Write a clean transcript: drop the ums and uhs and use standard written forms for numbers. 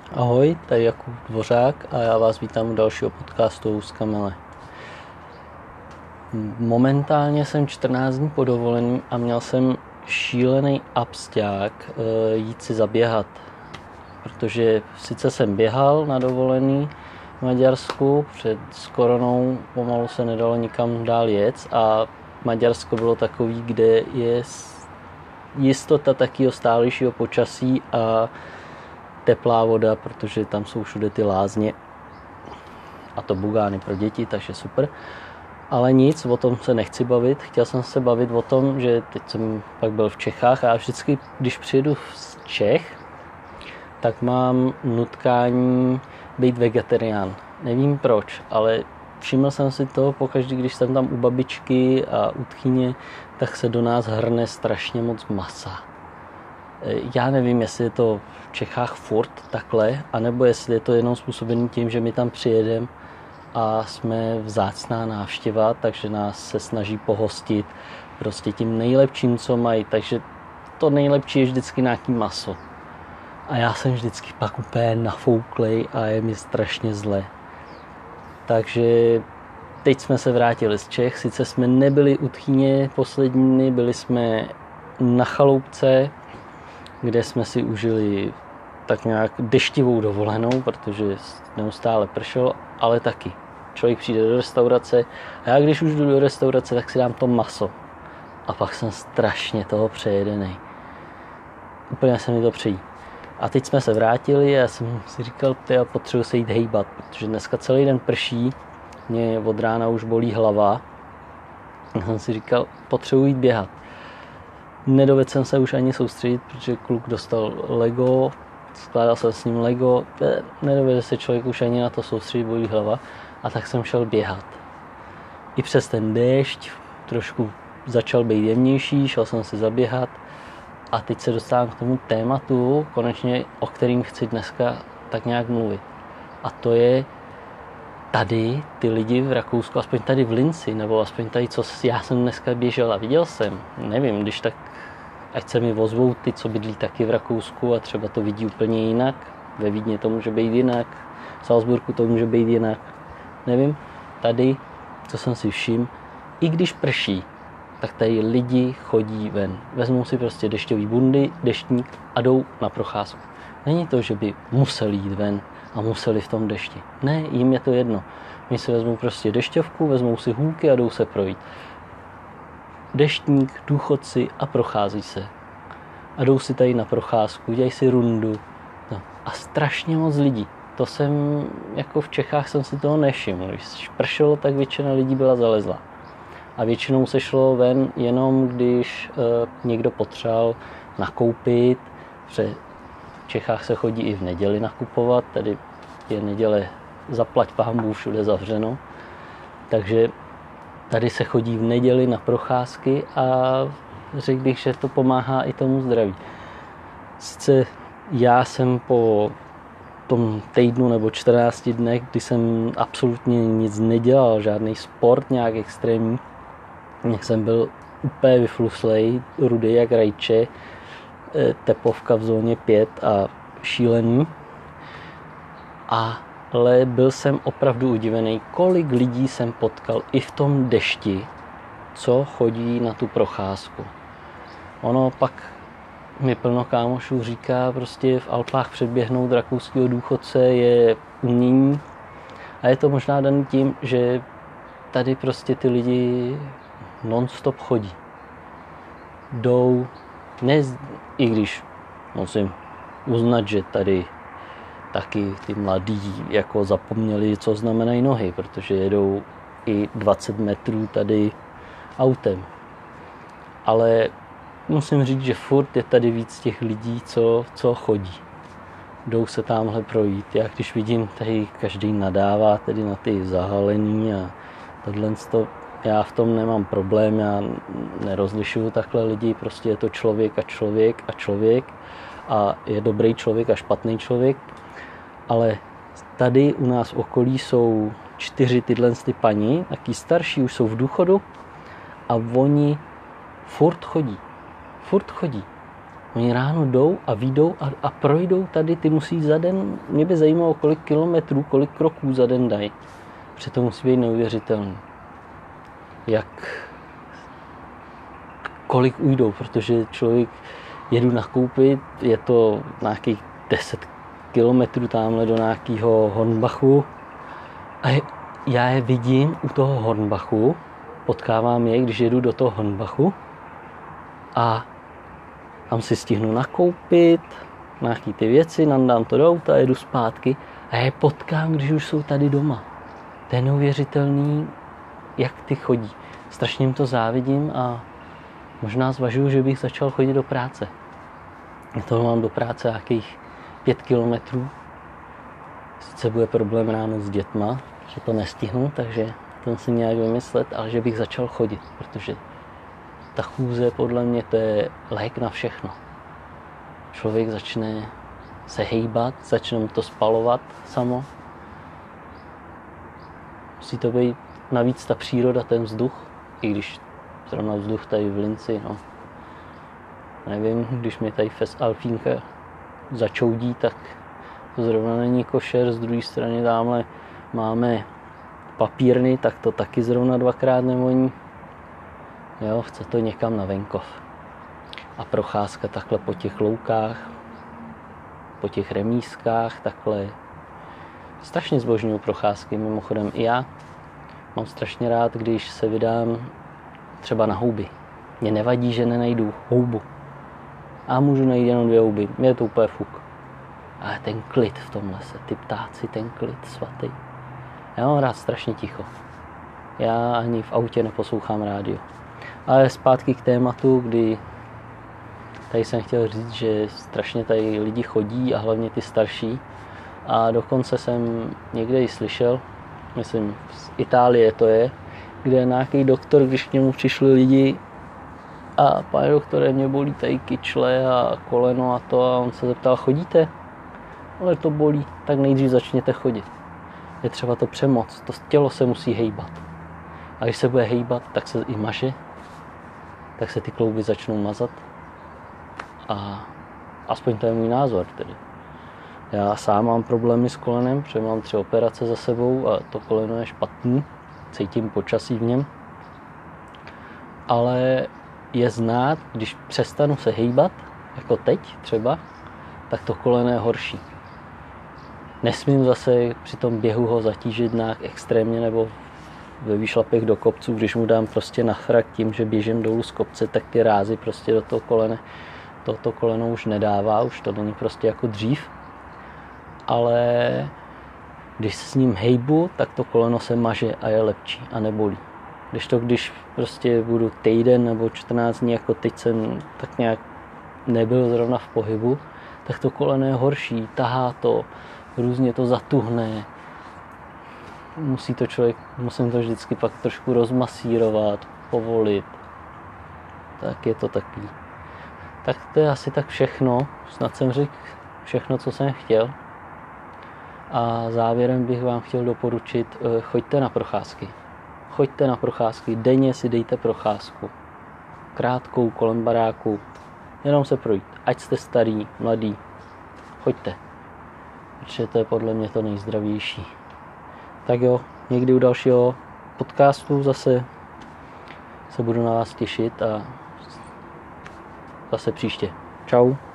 Ahoj, tady Jakub Dvořák a já vás vítám u dalšího podcastu z Kamele. Momentálně jsem 14 dní po dovolení a měl jsem šílený absťák jít si zaběhat. Protože sice jsem běhal na dovolený v Maďarsku, před koronou pomalu se nedalo nikam dál jet a Maďarsko bylo takový, kde je jistota takého stálejšího počasí a teplá voda, protože tam jsou všude ty lázně a to bugány pro děti, takže super. Ale nic, o tom se nechci bavit. Chtěl jsem se bavit o tom, že teď jsem pak byl v Čechách a já vždycky, když přijedu z Čech, tak mám nutkání být vegetarián. Nevím proč, ale všiml jsem si to pokaždý, když jsem tam u babičky a u tchyně, tak se do nás hrne strašně moc masa. Já nevím, jestli je to v Čechách furt takhle, anebo jestli je to jenom způsobený tím, že my tam přijedeme a jsme vzácná návštěva, takže nás se snaží pohostit prostě tím nejlepším, co mají. Takže to nejlepší je vždycky nějaký maso. A já jsem vždycky pak úplně nafouklej a je mi strašně zle. Takže teď jsme se vrátili z Čech, sice jsme nebyli u tchyně poslední dny, byli jsme na chaloupce, kde jsme si užili tak nějak deštivou dovolenou, protože neustále pršelo, ale taky. Člověk přijde do restaurace a já když už jdu do restaurace, tak si dám to maso. A pak jsem strašně toho přejedenej. Úplně se mi to přejí. A teď jsme se vrátili a já jsem si říkal, já potřebuji se jít hejbat, protože dneska celý den prší, mě od rána už bolí hlava. A jsem si říkal, potřebuji jít běhat. Nedovedl jsem se už ani soustředit, protože kluk dostal Lego, skládal jsem s ním Lego, nedovede se člověk už ani na to soustředit, bolí hlava, a tak jsem šel běhat. I přes ten déšť trošku začal být jemnější, šel jsem si zaběhat a teď se dostávám k tomu tématu, konečně o kterým chci dneska tak nějak mluvit. A to je tady ty lidi v Rakousku, aspoň tady v Linci, nebo aspoň tady, co já jsem dneska běžel a viděl jsem, nevím, když tak, ať se mi ozvou ty, co bydlí taky v Rakousku a třeba to vidí úplně jinak, ve Vídni to může být jinak, v Salzburgu to může být jinak, nevím, tady, co jsem si všiml, i když prší, tak tady lidi chodí ven, vezmou si prostě dešťový bundy, deštník a jdou na procházku. Není to, že by museli jít ven a museli v tom dešti. Ne, jim je to jedno. Oni si vezmou prostě dešťovku, vezmou si hůlky a jdou se projít. Deštník, důchodci a prochází se. A jdou si tady na procházku, dělají si rundu. No. A strašně moc lidí. To jsem, jako v Čechách jsem si toho nevšiml. Když pršelo, tak většina lidí byla zalezla. A většinou se šlo ven jenom, když někdo potřeboval nakoupit. V Čechách se chodí i v neděli nakupovat, tady je neděle zaplať pánbůh všude zavřeno. Takže tady se chodí v neděli na procházky a řekl bych, že to pomáhá i tomu zdraví. Sice já jsem po tom týdnu nebo 14 dnech, kdy jsem absolutně nic nedělal, žádný sport nějak extrémní, jak jsem byl úplně vyfluslej, rudý jak rajče, tepovka v zóně 5 a šílený. Ale byl jsem opravdu udivený, kolik lidí jsem potkal i v tom dešti, co chodí na tu procházku. Ono pak mi plno kámošů říká, prostě v Alpách předběhnout rakouského důchodce je umění. A je to možná daný tím, že tady prostě ty lidi non-stop chodí. Jdou, ne, i když musím uznat, že tady taky ty mladí jako zapomněli, co znamenají nohy, protože jedou i 20 metrů tady autem. Ale musím říct, že furt je tady víc těch lidí, co chodí. Jdou se tamhle projít. Já když vidím, tady každý nadává tedy na ty zahalený a tohle, já v tom nemám problém, já nerozlišuju takhle lidi, prostě je to člověk a člověk a člověk a je dobrý člověk a špatný člověk. Ale tady u nás v okolí jsou 4 tyhle paní, taky starší, už jsou v důchodu a oni furt chodí. Oni ráno jdou a vyjdou a projdou tady, ty musí za den, mě by zajímalo, kolik kilometrů, kolik kroků za den dají. Protože to musí být neuvěřitelný. Kolik ujdou, protože člověk jedu nakoupit, je to nějakých 10 kilometrů tamhle do nějakého Hornbachu a já je vidím u toho Hornbachu, potkávám je, když jedu do toho Hornbachu a tam si stihnu nakoupit nějaký ty věci, nandám to do auta, jedu zpátky a já je potkám, když už jsou tady doma. To je neuvěřitelný, jak ty chodí. Strašně jim to závidím a možná zvažuju, že bych začal chodit do práce. Já toho mám do práce nějakých 5 kilometrů. Sice bude problém ráno s dětma, že to nestihnu, takže to musím nějak vymyslet, ale že bych začal chodit, protože ta chůze podle mě to je lék na všechno. Člověk začne se hejbat, začne mu to spalovat samo. Musí to být navíc ta příroda, ten vzduch, i když zrovna vzduch tady v Linci, no. Nevím, když mi tady Fest Alfínka začoudí, tak to zrovna není košer, z druhé strany tamhle máme papírny, tak to taky zrovna 2krát nevoní. Jo, chce to někam na venkov. A procházka takhle po těch loukách, po těch remízkách, takhle. Strašně zbožňuju procházky, mimochodem i já. Mám strašně rád, když se vydám třeba na houby. Mně nevadí, že nenajdu houbu. A můžu najít jenom 2 houby, mě je to úplně fuk. Ale ten klid v tom lese, ty ptáci, ten klid svatý. Já mám rád strašně ticho. Já ani v autě neposlouchám rádio. Ale zpátky k tématu, kdy tady jsem chtěl říct, že strašně tady lidi chodí a hlavně ty starší. A dokonce jsem někde i slyšel, myslím z Itálie to je, kde nějaký doktor, když k němu přišli lidi a pane doktore, mě bolí tady kyčle a koleno a to a on se zeptal, chodíte? Ale to bolí, tak nejdřív začněte chodit. Je třeba to přemoc, to tělo se musí hejbat. A když se bude hejbat, tak se i maže, tak se ty klouby začnou mazat. A aspoň to je můj názor tedy. Já sám mám problémy s kolenem, protože mám 3 operace za sebou a to koleno je špatný, cítím počasí v něm. Ale je znát, když přestanu se hejbat, jako teď třeba, tak to koleno je horší. Nesmím zase při tom běhu ho zatížit nějak extrémně nebo ve výšlapech do kopců, když mu dám prostě na frak tím, že běžím dolů z kopce, tak ty rázy prostě do toho kolene, to koleno už nedává, už to není prostě jako dřív. Ale když se s ním hejbu, tak to koleno se maže a je lepší a nebolí. Když prostě budu týden nebo 14 dní, jako teď jsem tak nějak nebyl zrovna v pohybu, tak to koleno je horší, tahá to, různě to zatuhne. Musím to vždycky pak trošku rozmasírovat, povolit. Tak je to takový. Tak to je asi tak všechno. Snad jsem řekl všechno, co jsem chtěl. A závěrem bych vám chtěl doporučit, choďte na procházky. Choďte na procházky, denně si dejte procházku. Krátkou kolem baráku. Jenom se projít. Ať jste starý, mladý. Choďte. Protože to je podle mě to nejzdravější. Tak jo, někdy u dalšího podcastu zase se budu na vás těšit a zase příště. Čau.